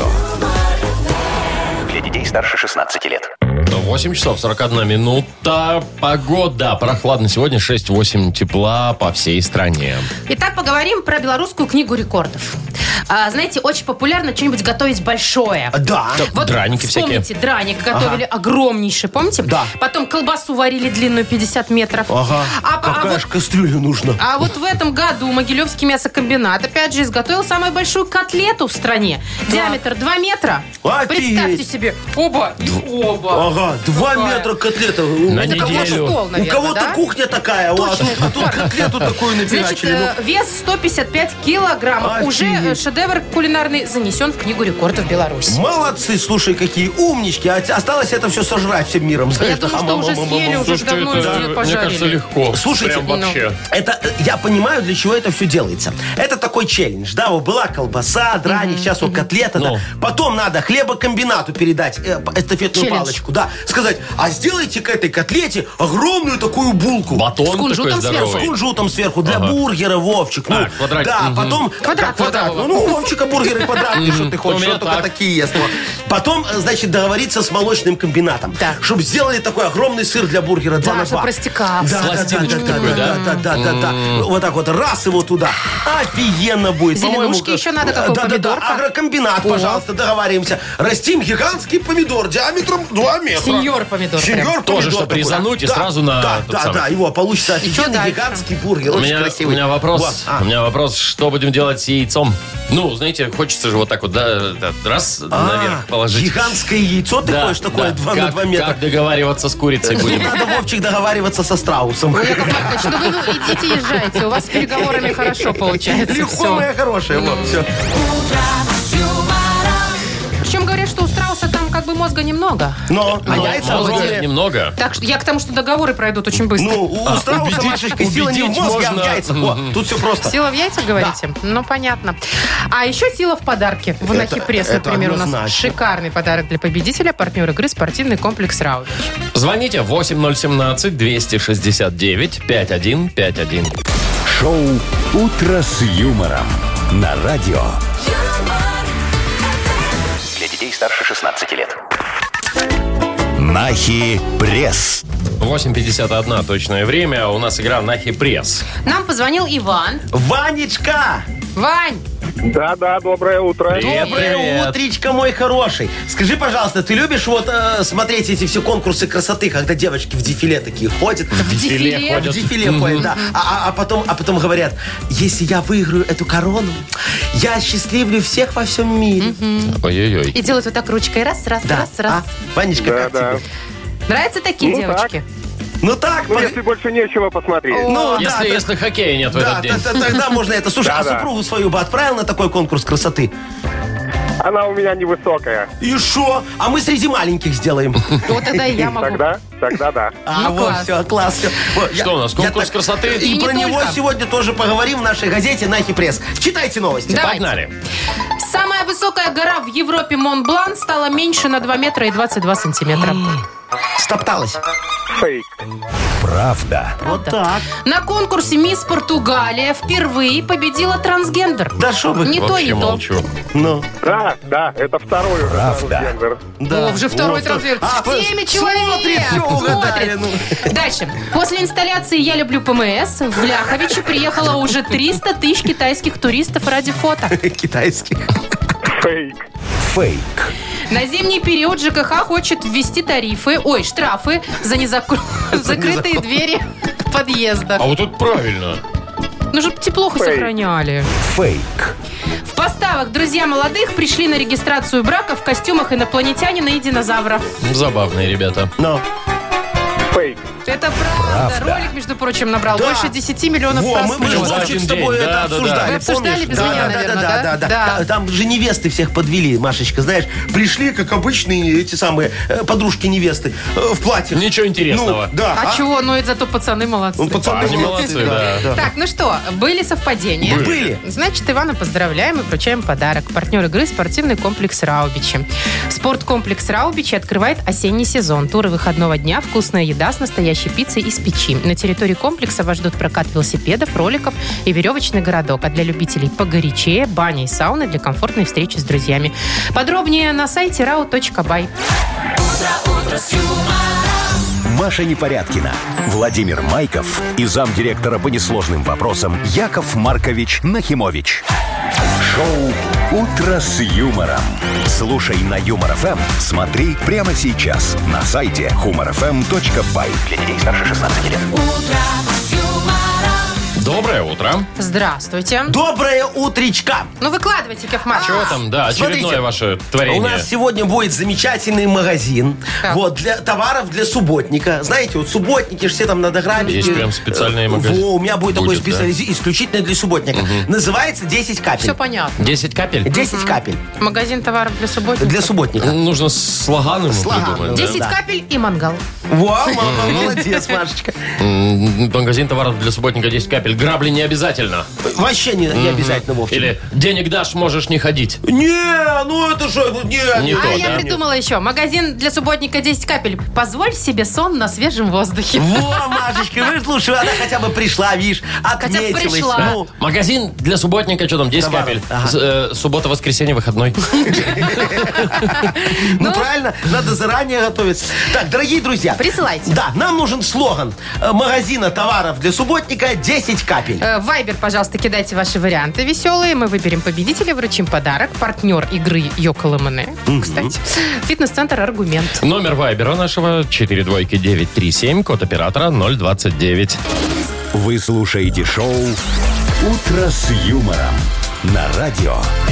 Для детей старше шестнадцати лет. восемь часов сорок одна минута. Погода. Прохладно сегодня. шесть-восемь тепла по всей стране. Итак, поговорим про белорусскую книгу рекордов. А, знаете, очень популярно что-нибудь готовить большое. Да. Вот Драники вспомните, всякие. драник готовили огромнейший, помните? Да. Потом колбасу варили длинную пятьдесят метров. Ага. А, по- а Какая вот, ж кастрюля нужна? а вот в этом году Могилевский мясокомбинат опять же изготовил самую большую котлету в стране. Диаметр два метра. Офигеть. Представьте себе. Оба и оба. Ага, два Какая? метра котлета. На Это как ваш неделю. стол, У наверное, кого-то да? кухня такая, у вас, а тут котлету такую Значит, нафигачили. ну. э, вес сто пятьдесят пять килограммов. Офигеть. Уже э, шедевр кулинарный занесен в книгу рекордов Беларуси. Молодцы, слушай, какие умнички. А осталось это все сожрать всем миром. Я Знаешь, думаю, так, что уже ам-ам-ам-ам-ам. съели, уже Слушайте, давно это, сделали, мне пожарили. кажется, легко. Слушайте, Прям вообще. Это, э, я понимаю, для чего это все делается. Это такой челлендж, да, вот была колбаса, драник, сейчас вот котлета, да. Ну. Потом надо хлебокомбинату передать э, п- эстафетную Челлендж. палочку, да, сказать, а сделайте к этой котлете огромную такую булку. Батон С кунжутом такой сверху. С здоровый. кунжутом сверху для Ага. бургера, Вовчик. Ну, А, квадратик. да, Мгм. потом... Квадрат, как квадрат? квадрат. Ну, ну, у Вовчика бургеры квадратные, что ты У хочешь, меня что только так. такие ест. Вот. Потом, э, значит, договориться с молочным комбинатом, Да. чтобы сделали такой огромный сыр для бургера два Да, на чтоб два. растекался. Да, С да, да, пластиночкой да, такой, да, да? да, да, да, да. Вот так вот, раз его туда. Офигенно будет. Зеленушки По-моему, еще надо, э, какой да, да, помидорка? да, агрокомбинат, пожалуйста, договариваемся. Растим гигантский помидор диаметром два метра. Сеньор помидор прям. Сеньор Тоже, помидор чтоб такой. резануть и Да, сразу на Да, тот да, самый. да, его получится И чё офигенный дальше? гигантский бургер, У очень меня, красивый. у меня вопрос. Вот, а. У меня вопрос, что будем делать с яйцом? Ну, знаете, хочется же вот так вот, да, да, раз А, наверх положить. Гигантское яйцо, ты Да, хочешь, такое да. два на Как- два метра? Как договариваться с курицей будем? Надо, Вовчик, договариваться со страусом. Яков Маркович, ну вы идите, езжайте. У вас с переговорами хорошо получается. Легко, всё. моя хорошая. Вот, все. Причем говорят, что у страуса там как бы мозга немного. Но, а Ну, яйца мозга огромные. немного. Так что я к тому, что договоры пройдут очень быстро. Ну, у, у А, страуса, убедить- Машечка, сила не в убедить мозге, а в можно. яйцах. Во, тут все просто. Сила в яйцах, говорите? Ну, понятно. А еще сила в подарке. В Нахи Пресс, это например, у нас однозначно. шикарный подарок для победителя. Партнер игры спортивный комплекс «Раубич». Звоните восемь ноль семнадцать двести шестьдесят девять пятьдесят один пятьдесят один. Шоу «Утро с юмором». На радио. Для детей старше шестнадцати лет. Нахи Пресс. восемь пятьдесят один точное время. У нас игра Нахи Пресс. Нам позвонил Иван. Ванечка! Вань, Да-да, доброе утро. Привет, Доброе привет. утречко, мой хороший. Скажи, пожалуйста, ты любишь вот э, смотреть эти все конкурсы красоты, когда девочки в дефиле такие ходят? в дефиле. В ходят. дефиле ходят, да. А, а- а потом, а потом говорят, если я выиграю эту корону, я осчастливлю всех во всем мире. Ой-ой-ой. И делают вот так ручкой. Раз, раз, Да. раз, раз. А? Ванечка, как Да-да. тебе? Нравятся такие Ну, девочки? Ну так, Ну, пог- если больше нечего посмотреть. ну, да, Если, да, если хоккея нет в да, этот день. т- т- тогда можно это. Слушай, а Да-да. супругу свою бы отправил на такой конкурс красоты? Она у меня невысокая. И шо? А мы среди маленьких сделаем. Вот тогда и я могу. Тогда, тогда да. А, Ну, вот, класс. все, класс, все. Вот, Что у нас, конкурс красоты? И, И не про него только. сегодня тоже поговорим в нашей газете «Нахи Пресс». Читайте новости. Давайте. Погнали. Самая высокая гора в Европе Монблан стала меньше на два метра и двадцать два сантиметра. Стопталась. Фейк. Правда. Вот так. На конкурсе «Мисс Португалия» впервые победила трансгендер. Да шо вы? Не то, Вообще не то. молчу. Ну, Да, да, это второй уже Правда. трансгендер. да. О, уже второй Вот. трансгендер. А, В теме человек. смотрит, всё угадали, Смотрит. ну. Дальше. После инсталляции «Я люблю ПМС» в Ляховичи приехало уже триста тысяч китайских туристов ради фото. Китайских. Фейк. Фейк. На зимний период ЖКХ хочет ввести тарифы, ой, штрафы за незакр- закрытые двери подъезда. А вот тут правильно. Ну, чтобы тепло хоть Фейк. сохраняли. Фейк. В поставок друзья молодых пришли на регистрацию брака в костюмах инопланетянина и динозавра. Забавные ребята. Ну. Фейк. Это правда. Правда. Ролик, между прочим, набрал Да. больше десяти миллионов Во, мы, мы же, просмотров. За Вовчик, один с тобой день, это да, да, да. обсуждали. Вы обсуждали помнишь? без да, меня, да, наверное, да, да, да? да, Да. да. Там же невесты всех подвели, Машечка, знаешь. Пришли, как обычные эти самые э, подружки-невесты э, в платье. Ничего интересного. Ну, да. А, чего? Ну, это зато пацаны молодцы. Ну, пацаны Они молодцы, да. Так, ну что, были совпадения? Были. Значит, Ивана поздравляем и вручаем подарок. Партнер игры – спортивный комплекс «Раубичи». Спорткомплекс «Раубичи» открывает осенний сезон. Туры выходного дня, вкусная еда с настоящей пиццей из печи. На территории комплекса вас ждут прокат велосипедов, роликов и веревочный городок. А для любителей погорячее – баня и сауна для комфортной встречи с друзьями. Подробнее на сайте рау точка бай. Маша Непорядкина, Владимир Майков и замдиректора по несложным вопросам Яков Маркович Нахимович. Шоу «Утро с юмором». Слушай на Юмор ФМ, смотри прямо сейчас на сайте humor эф эм точка бай. Для детей старше шестнадцати лет. Доброе утро. Здравствуйте. Доброе утречка. Ну, выкладывайте, Яков Маркович. Чего там, да, очередное Смотрите, ваше У творение. нас сегодня будет замечательный магазин. Так. Вот, для товаров для субботника. Знаете, вот субботники же все там надо граммить. Есть прям специальные магазины. Во, у меня будет, такой Будет, да. специализ... исключительно для субботника. Называется десять капель. Все понятно. десять капель? десять капель. Магазин товаров для субботника. Для субботника. Нужно слоган ему Слоган, придумать. да? десять да. капель и мангал. Во, мама, молодец, Машечка. М, Магазин товаров для субботника десять капель. Грабли не обязательно. Вообще не, не обязательно, Вовчик. Или денег дашь, можешь не ходить. Не, ну это что, ну, не, Не не. то, А я да? придумала еще. Магазин для субботника десять капель. Позволь себе сон на свежем воздухе. Во, Машечка, вы же лучше, она хотя бы пришла, видишь, отметилась. пришла. Ну, Магазин для субботника, что там, десять Товаров, капель. ага. С- э, Суббота, воскресенье, выходной. ну, правильно, надо заранее готовиться. Так, дорогие друзья. Присылайте. Да, нам нужен слоган э, магазина товаров для субботника десять капель. Э, В Вайбер, пожалуйста, кидайте ваши варианты веселые. Мы выберем победителя, вручим подарок. Партнер игры Йоколэмэне. Кстати. Фитнес-центр «Аргумент». Номер вайбера нашего четыре двойки девять три семь, код оператора ноль двадцать девять. Вы слушаете шоу «Утро с юмором» на радио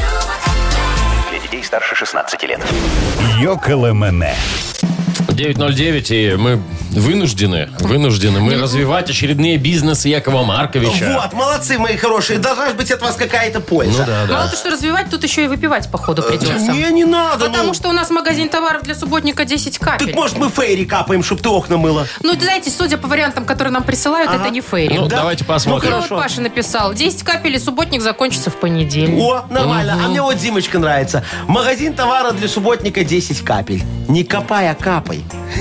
Для детей старше шестнадцати лет. Йоколэмэне. девять ноль девять, и мы вынуждены, вынуждены мы развивать очередные бизнесы Якова Марковича. Вот, молодцы, мои хорошие. Должна же быть от вас какая-то польза. Ну да, Мало да. то, что развивать, тут еще и выпивать, походу, придется. Не, не надо. Потому ну. что у нас магазин товаров для субботника десять капель. Так может мы фейри капаем, чтобы ты окна мыла? Ну, знаете, судя по вариантам, которые нам присылают, это не фейри. Ну, Да. давайте Ну, посмотрим. вот хорошо. Паша написал. десять капель и субботник закончится в понедельник. О, нормально. А мне вот Димочка нравится. Магазин товара для субботника десять капель. Не копай, а капай.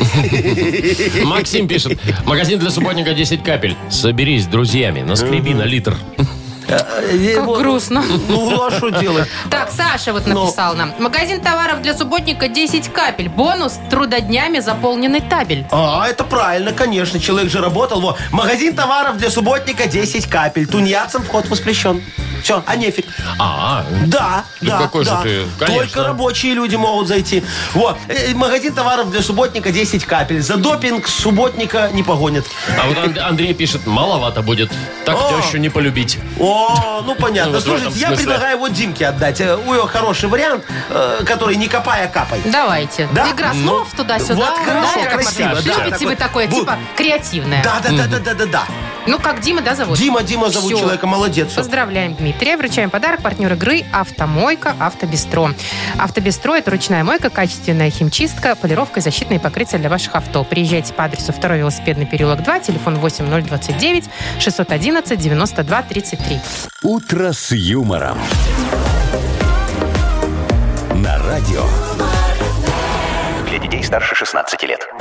Максим пишет. Магазин для субботника десять капель. Соберись с друзьями, наскреби на литр. Как грустно. Ну, а что делать? Так, Саша вот написал нам. Магазин товаров для субботника десять капель. Бонус трудоднями заполненный табель. А, это правильно, конечно. Человек же работал. Во. Магазин товаров для субботника десять капель. Тунеядцам вход воспрещен. Все, а нефиг. А, Да, Ну, да, какой же да. ты, конечно. Только рабочие люди могут зайти. Вот. Э, Магазин товаров для субботника десять капель. За допинг субботника не погонят. а вот Анд- Андрей пишет, маловато будет. Так О. тещу не полюбить. О, ну понятно. Ну, вот в Слушайте, этом я смысле. предлагаю вот Димке отдать. Э, У него хороший вариант, э, который не копай, а капай. Давайте. Да? Игра Ну, слов туда-сюда. вот хорошо, Да, Яков красиво, Маркович? да. Любите вы Такой- такое, Бу- типа, креативное. Да, да, да, да, да, да, да. Ну, как Дима, да, зовут? Дима, Дима зовут Всё. человека, молодец. Поздравляем Дмитрия. Вручаем подарок. Партнер игры «Автомойка Автобестро». «Автобестро» — это ручная мойка, качественная химчистка, полировка и защитные покрытия для ваших авто. Приезжайте по адресу второй велосипедный переулок два, телефон восемь ноль двадцать девять шестьсот одиннадцать девяносто два тридцать три. «Утро с юмором» на радио. Для детей старше шестнадцати лет.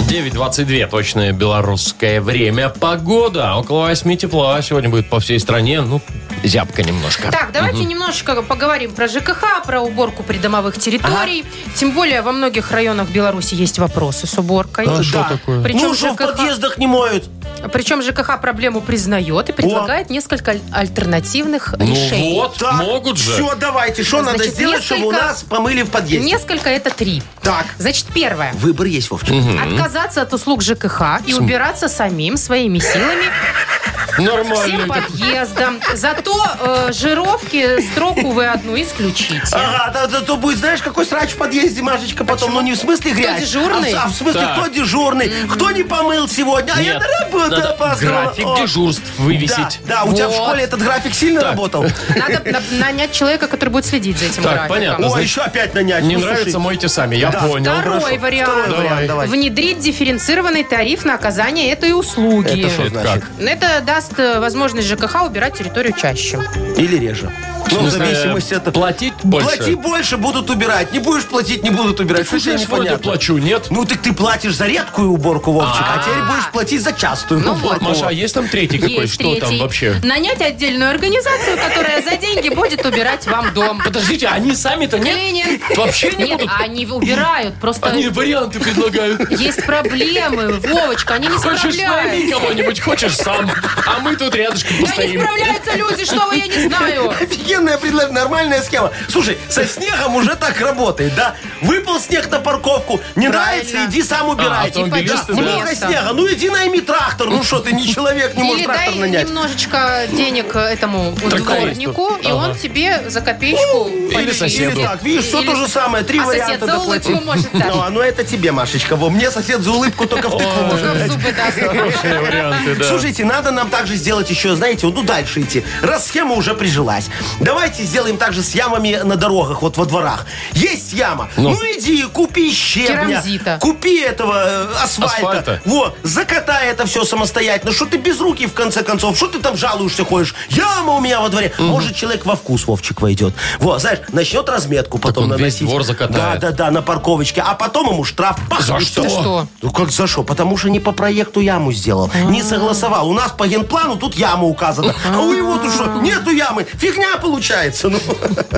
девять двадцать два точное белорусское время. Погода. Около восьми тепла сегодня будет по всей стране. Ну, зябко немножко. Так, давайте немножечко поговорим про ЖКХ, про уборку придомовых территорий. Тем более во многих районах Беларуси есть вопросы с уборкой. А что такое? Причем Ну, что в ЖКХ подъездах не моют. Причем ЖКХ проблему признает и предлагает несколько аль- альтернативных Ну решений. вот, Так, могут же. Все, давайте. Что надо Значит, сделать, чтобы у несколько- нас помыли в подъезде? Несколько это три. Так. Значит, первое. Выбор есть, Вовчик. Отказаться от услуг ЖКХ и убираться самим своими силами всем Нормально. подъездам. Зато э, жировки строку вы одну исключите. Ага, да, да, то будет, знаешь, какой срач в подъезде, Машечка, потом. Ну, не в смысле грязь. дежурный? А, в- а в смысле, Так. кто дежурный? Кто не помыл сегодня? А я Нет, на работу надо опоздала. график О. дежурств вывесить. Да, да, у тебя в Вот. школе этот график сильно работал? Надо на- нанять человека, который будет следить за этим Так, графиком. понятно. О, значит, еще опять нанять. Не Ну, нравится, слушай, мойте сами. Я Да. понял. Второй Хорошо. вариант. Второй вариант, давай. Внедрить дифференцированный тариф на оказание этой услуги. Это что Это значит? как? Это даст э, возможность ЖКХ убирать территорию чаще. Или реже. В Ну, в смысле, зависимости от... платить больше? Плати больше, будут убирать. Не будешь платить, не будут убирать. Что Слушай, тебе я ж вроде непонятно? плачу, нет? Ну, так ты платишь за редкую уборку, Вовчик, а, теперь будешь платить за частую. Ну вот. Маша, а есть там третий какой? Есть Что там третий. вообще? Нанять отдельную организацию, которая за деньги будет убирать вам дом. Подождите, они сами-то нет? Клининг. Вообще не Нет, будут? они убирают. Просто Они варианты предлагают. есть проблемы. Вовочка, они не Хочешь найми справляются. кого-нибудь, хочешь сам. А мы тут рядышком Да не постоим. справляются люди, что вы, я не знаю. Офигенная, предлож- нормальная схема. Слушай, со снегом уже так работает, да? Выпал снег на парковку, не Правильно. нравится, иди сам убирай. А, автомобилисты, Да, да. много Место. снега, ну иди найми трактор. Ну что, ты не человек, не можешь Или дай трактор нанять. немножечко денег этому Трактористу. дворнику, и Ага. он тебе за копеечку Или починит. соседу. Или так, видишь, все Или- то же самое, три А варианта сосед за доплати. улыбку может дать. Ну, а ну это тебе, Машечка. Во, мне сосед за улыбку только в тыкву может Только в дать. зубы даст. Хорошие варианты, да. Слушайте, надо нам также сделать еще, знаете, вот, ну дальше идти. Раз схема уже прижилась. Давайте сделаем также с ямами на дорогах, вот во дворах. Есть яма. Ну. Ну, иди, купи щебня. Керамзита. Купи этого э, асфальта. Асфальта. Вот, закатай это все самостоятельно. Что ты без руки, в конце концов? Что ты там жалуешься, ходишь? Яма у меня во дворе. Может, человек во вкус, Вовчик, войдет. Вот, знаешь, начнет разметку потом он весь наносить. двор закатает. Да, да, да, на парковочке. А потом ему штраф. Пах, За и что? всё. За что? Ну как за что? Потому что не по проекту яму сделал. Не согласовал. У нас по генплану тут яма указана. А у него тут что? Нету ямы. Фигня получается. Ну.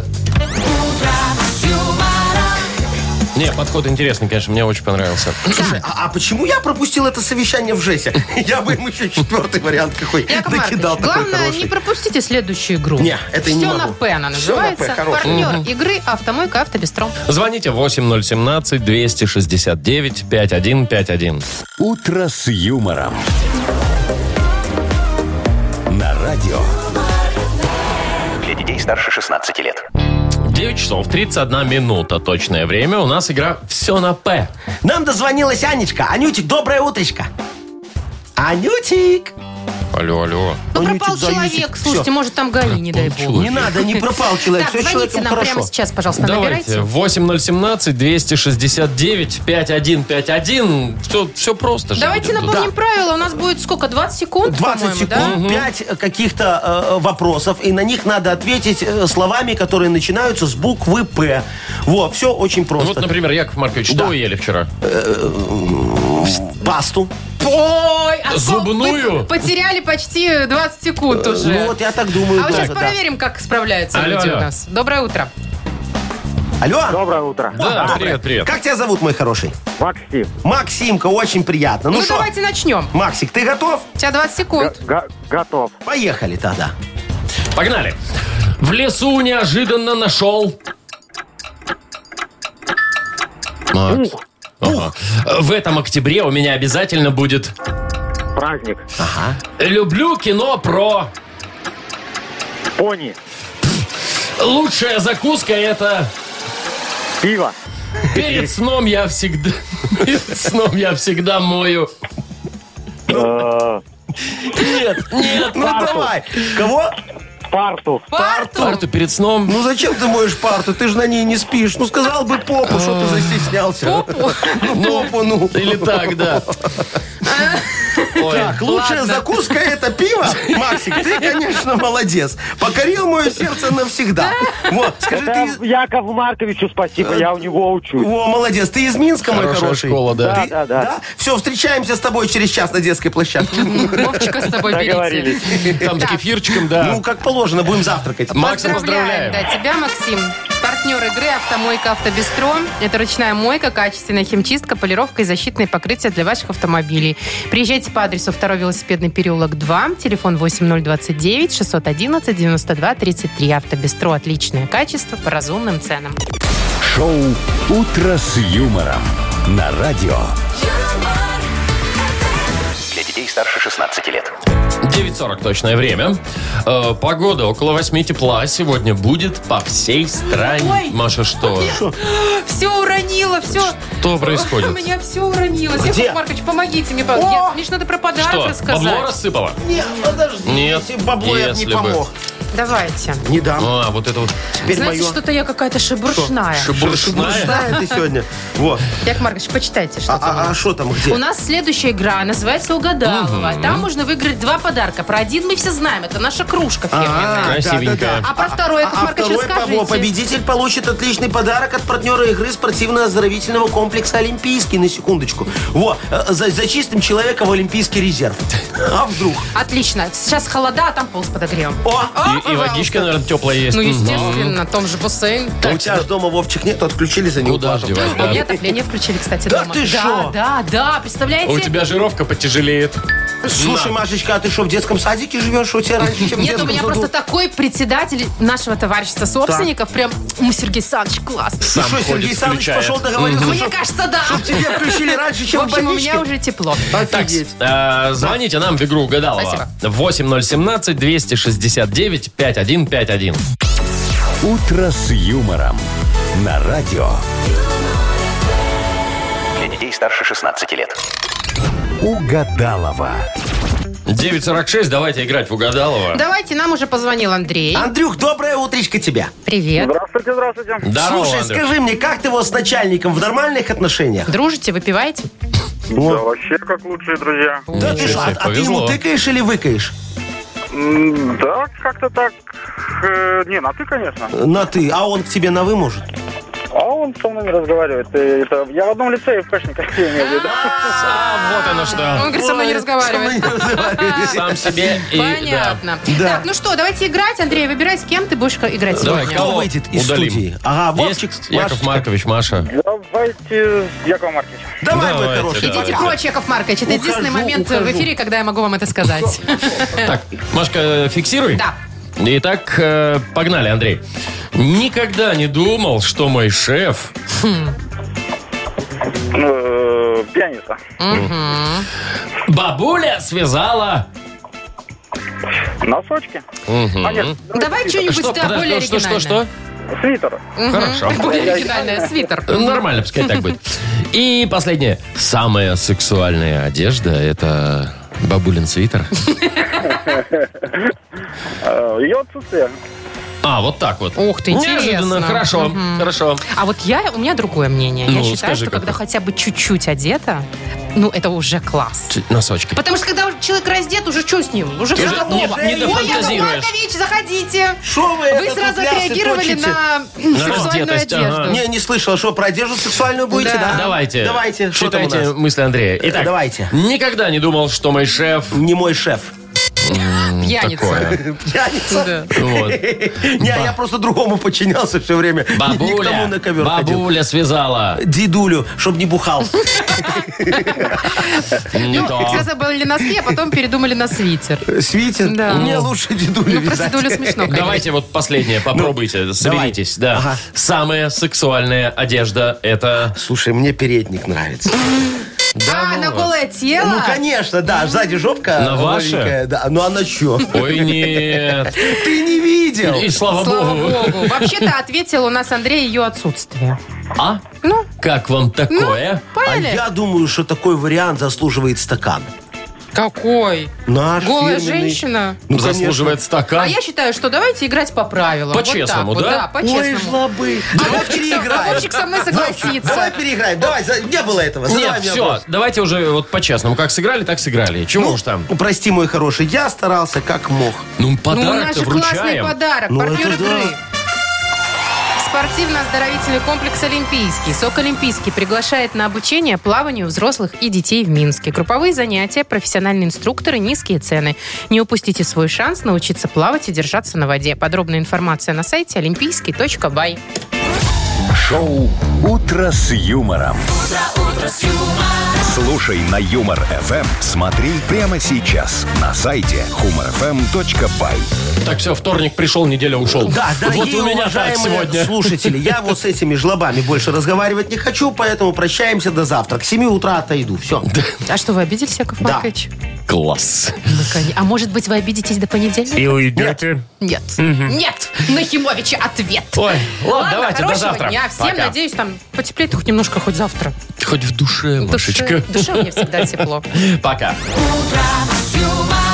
Не, подход интересный, конечно, мне очень понравился. Слушай, а, а почему я пропустил это совещание в ЖЭСе? Я бы им еще четвертый вариант какой Яков накидал. Маркович, такой главное, хороший. не пропустите следующую игру. Не, это я не Все могу. на П она Всё на П, называется. хороший. Партнер игры «Автомойка Автобестро». Звоните восемь ноль семнадцать двести шестьдесят девять пятьдесят один пятьдесят один. «Утро с юмором». На радио. Для детей старше шестнадцати лет. девять часов тридцать одна минута. Точное время. У нас игра «Все на П». Нам дозвонилась Анечка. Анютик, доброе утречко. Анютик. Алло, алло. Ну, Анютик, пропал заюзик. человек. Всё. Слушайте, может, там ГАИ, не дай бог. Не надо, не пропал человек. Так, Все с звоните человеком нам хорошо. прямо сейчас, пожалуйста, Давайте. набирайте. восемь ноль семнадцать двести шестьдесят девять пятьдесят один пятьдесят один. Все, все просто же. Давайте будет тут. напомним правила. У нас будет сколько? двадцать секунд, двадцать по-моему, да? секунд, пять каких-то э, вопросов, и на них надо ответить э, словами, которые начинаются с буквы «П». Вот, все очень просто. Вот, например, Яков Маркович, что Да. вы ели вчера? Пасту. Ой, а Зубную? вы потеряли почти двадцать секунд уже. Ну вот я так думаю. А вот да, сейчас да. проверим, как справляются Алло, люди алло. у нас. Доброе утро. Алло? Доброе утро. Да, Доброе. привет, привет. Как тебя зовут, мой хороший? Максим. Максимка, очень приятно. Ну, Ну что, давайте начнем. Максик, ты готов? У тебя двадцать секунд. Га- готов. Поехали тогда. Погнали. В лесу неожиданно нашел... Макс. Ага. В этом октябре у меня обязательно будет... Праздник. Люблю кино про... Пони. Лучшая закуска это... Пиво. Перед сном я всегда... Перед сном я всегда мою... Э, Нет, нет, Ну давай. Кого? Парту. Парту. Парту перед сном... Ну зачем ты моешь парту? Ты же на ней не спишь. Ну сказал бы попу, что ты застеснялся. Попу? Ну попу, ну. Или так, да. Ой. Так, лучшая Ладно. закуска это пиво. Максик, ты, конечно, молодец. Покорил мое сердце навсегда. Вот, скажи, Это ты... Якову Марковичу спасибо, я у него учусь. О, молодец. Ты из Минска, мой Хорошая хороший? школа, да. Ты- Да, да, да. Все, встречаемся с тобой через час на детской площадке. Вовчика с собой берите. Договорились. Там с кефирчиком, да. Ну, как положено, будем завтракать. Макса Поздравляем, поздравляем. да, тебя, Максим. Партнер игры «Автомойка Автобестро». Это ручная мойка, качественная химчистка, полировка и защитные покрытия для ваших автомобилей. Приезжайте по адресу второй велосипедный переулок два, телефон восемь ноль двадцать девять шестьсот одиннадцать девяносто два тридцать три. «Автобестро» – отличное качество по разумным ценам. Шоу «Утро с юмором» на радио. Для детей старше шестнадцати лет. девять сорок точное время. Э, погода около восьми тепла сегодня будет по всей стране. Ой. Маша, что? Все уронила, все. Что происходит? У меня все уронилось. Где? Яков Маркович, помогите мне. Я- Мне ж надо про подарок Что, рассказать. бабло рассыпало? Нет, подожди. Нет, Если бабло я б не если бы. помог. Давайте. Не дам. А, вот это вот Теперь Знаете, мое. что-то я какая-то шебуршная. шебуршная. Шебуршная ты сегодня. Вот. Яков Маркович, почитайте, что А- там. А что там, где? У нас следующая игра называется «Угадалова». Там можно выиграть два подарка. Про один мы все знаем. Это наша кружка фирменная. А, Красивенькая. А про второй, Яков А Маркович, второй по- расскажите. победитель получит отличный подарок от партнера игры спортивно-оздоровительного комплекса «Олимпийский». На секундочку. Во, э, за, за чистым человеком в Олимпийский резерв. А вдруг? Отлично. Сейчас холода, а там пол с подогревом. О, О, И, и пожалуйста. водичка, наверное, теплая есть. Ну, Мгм. естественно, том же бассейн. у тебя же дома, Вовчик, нет, отключили за Куда ж неуплату. девать, У да? меня отопление включили, кстати, Да дома. ты да, шо? да, да, представляете? У тебя жировка потяжелеет. Слушай, Машечка, а ты что, в детском садике живешь? У тебя раньше, чем в Нет, у детском меня саду? просто такой председатель нашего товарищества собственников. Прям, м, Сергей Саныч, классно. Ты Сам что, ходит, Сергей Саныч включает. пошел договорился, Мне что кажется, да. тебе включили раньше, В чем в общем, у больничке? меня уже тепло. Так, Офигеть. э, звоните нам в игру Угадалова. Спасибо. восемь ноль семнадцать двести шестьдесят девять пятьдесят один пятьдесят один. «Утро с юмором» на радио. Для детей старше шестнадцати лет. Угадалова. девять сорок шесть, давайте играть в Угадалова. Давайте, нам уже позвонил Андрей. Андрюх, доброе утречко тебе. Привет. Здравствуйте, здравствуйте. Здорово, Слушай, Андрюх. скажи мне, как ты вот с начальником в нормальных отношениях? Дружите, выпиваете? Да, вообще как лучшие друзья. Да ты Ничего что, а, себе, а ты ему повезло. тыкаешь или выкаешь? М, Да, как-то так. э, Не, на ты, конечно. На ты, а он к тебе на вы может? А он со мной не разговаривает. Э, Это, я в одном лице и в Кшниках я имею в виду. А, вот оно Он что. говорит, со мной не разговаривает. Сам себе и... Понятно. Да. Так, ну что, давайте играть. Андрей, выбирай, с кем ты будешь играть Давай, сегодня. кто? Кто выйдет из Удалим. студии? Ага, Есть Вовчик, Яков Машечка. Маркович, Маша. Давайте с Яковом Марковичем. Давай, мой Давайте, хороший. давайте. Идите прочь, Яков Маркович. Это Ухожу, единственный момент ухожу. в эфире, когда я могу вам это сказать. Так, Машка, фиксируй. Да. Итак, э, погнали, Андрей. Никогда не думал, что мой шеф... Э, Пианиста. Бабуля связала... Носочки. Мгм. А нет, Давай что-нибудь, Что, да, подожди, более что, что, что? оригинальное. свитер. Хорошо. Более оригинальное. Свитер. Нормально, пускай так будет. И последнее. Самая сексуальная одежда – это бабулин свитер. Э, Ее отсутствие. А, вот так вот. Ух ты, интересно. Неожиданно. Хорошо, Мгм. хорошо. А вот я, у меня другое мнение. Ну, Я считаю, скажи, что какое. когда хотя бы чуть-чуть одета, ну, это уже класс. Ч- Носочки. Потому что когда уже человек раздет, уже что с ним? Уже Ты все же готово. не- не Ой, Яков дофантазируешь. Маркович, заходите. Шо вы Вы это сразу тут лясы отреагировали точите? на сексуальную раздетость, ага. одежду. Не, не слышала, что про одежду сексуальную будете, Да. да? Давайте. Давайте, что там у Читайте нас? мысли Андрея. Итак, давайте. Никогда не думал, что мой шеф... Не мой шеф. Пьяница. Такое. Пьяница. Да. Вот. Не, я просто другому подчинялся все время. Не к тому Бабуля, на ковер ходил. бабуля связала. Дедулю, чтоб не бухал. Не Ну, то. сразу были носки, а потом передумали на свитер. Свитер? Да. Мне лучше дедулю Ну, про вязать. дедулю смешно, конечно. Давайте вот последнее, попробуйте, соберитесь. Да. Ага. Самая сексуальная одежда – это... Слушай, мне передник нравится. А, на голое тело? Ну, конечно, да, сзади жопка. На ваше? голенькая, Да, ну а на чё? Ой, нет. Ты не видел? И слава, Слава богу. богу. Вообще-то ответил у нас Андрей ее отсутствие. А? Ну, Как вам такое? А поняли? я думаю, что такой вариант заслуживает стакан. Какой? Наш Голая фирменный. женщина? Ну, конечно. Заслуживает стакан. А я считаю, что давайте играть по правилам. По-честному, вот так да? Вот, да, Ой, по-честному. жлобы. А Давай Вовчик, переиграем. а Вовчик со мной согласится. Давай переиграем. Давай, за- не было этого. Задавай Нет, мне все, вопрос. давайте уже вот по-честному. Как сыграли, так сыграли. Чего Ну, уж там? прости, мой хороший, я старался как мог. Ну, Ну, подарок-то наш классный вручаем. подарок. Ну, Партнер это игры. да. Спортивно-оздоровительный комплекс «Олимпийский». СОК «Олимпийский» приглашает на обучение плаванию взрослых и детей в Минске. Групповые занятия, профессиональные инструкторы, низкие цены. Не упустите свой шанс научиться плавать и держаться на воде. Подробная информация на сайте олимпийский точка бай. Шоу «Утро с юмором». Слушай на Юмор эф эм. Смотри прямо сейчас на сайте humor f m точка by. Так, все, вторник пришел, неделя ушел. Да, вот дорогие у меня так уважаемые сегодня. слушатели, я вот с этими жлобами больше разговаривать не хочу, поэтому прощаемся до завтра. К семи утра отойду. Все. А что, вы обиделись, Яков Да. Маркович? Класс. Наконец. А может быть, вы обидитесь до понедельника? И уйдете? Нет. Нет. Нахимовича ответ. Ой, ладно, Ладно, давайте, до хорошего завтра. дня. Всем, Пока. надеюсь, там потеплеет хоть немножко, хоть завтра. Хоть в душе, В душе, Машечка. в душе у меня всегда тепло. Пока. Утро с юмором.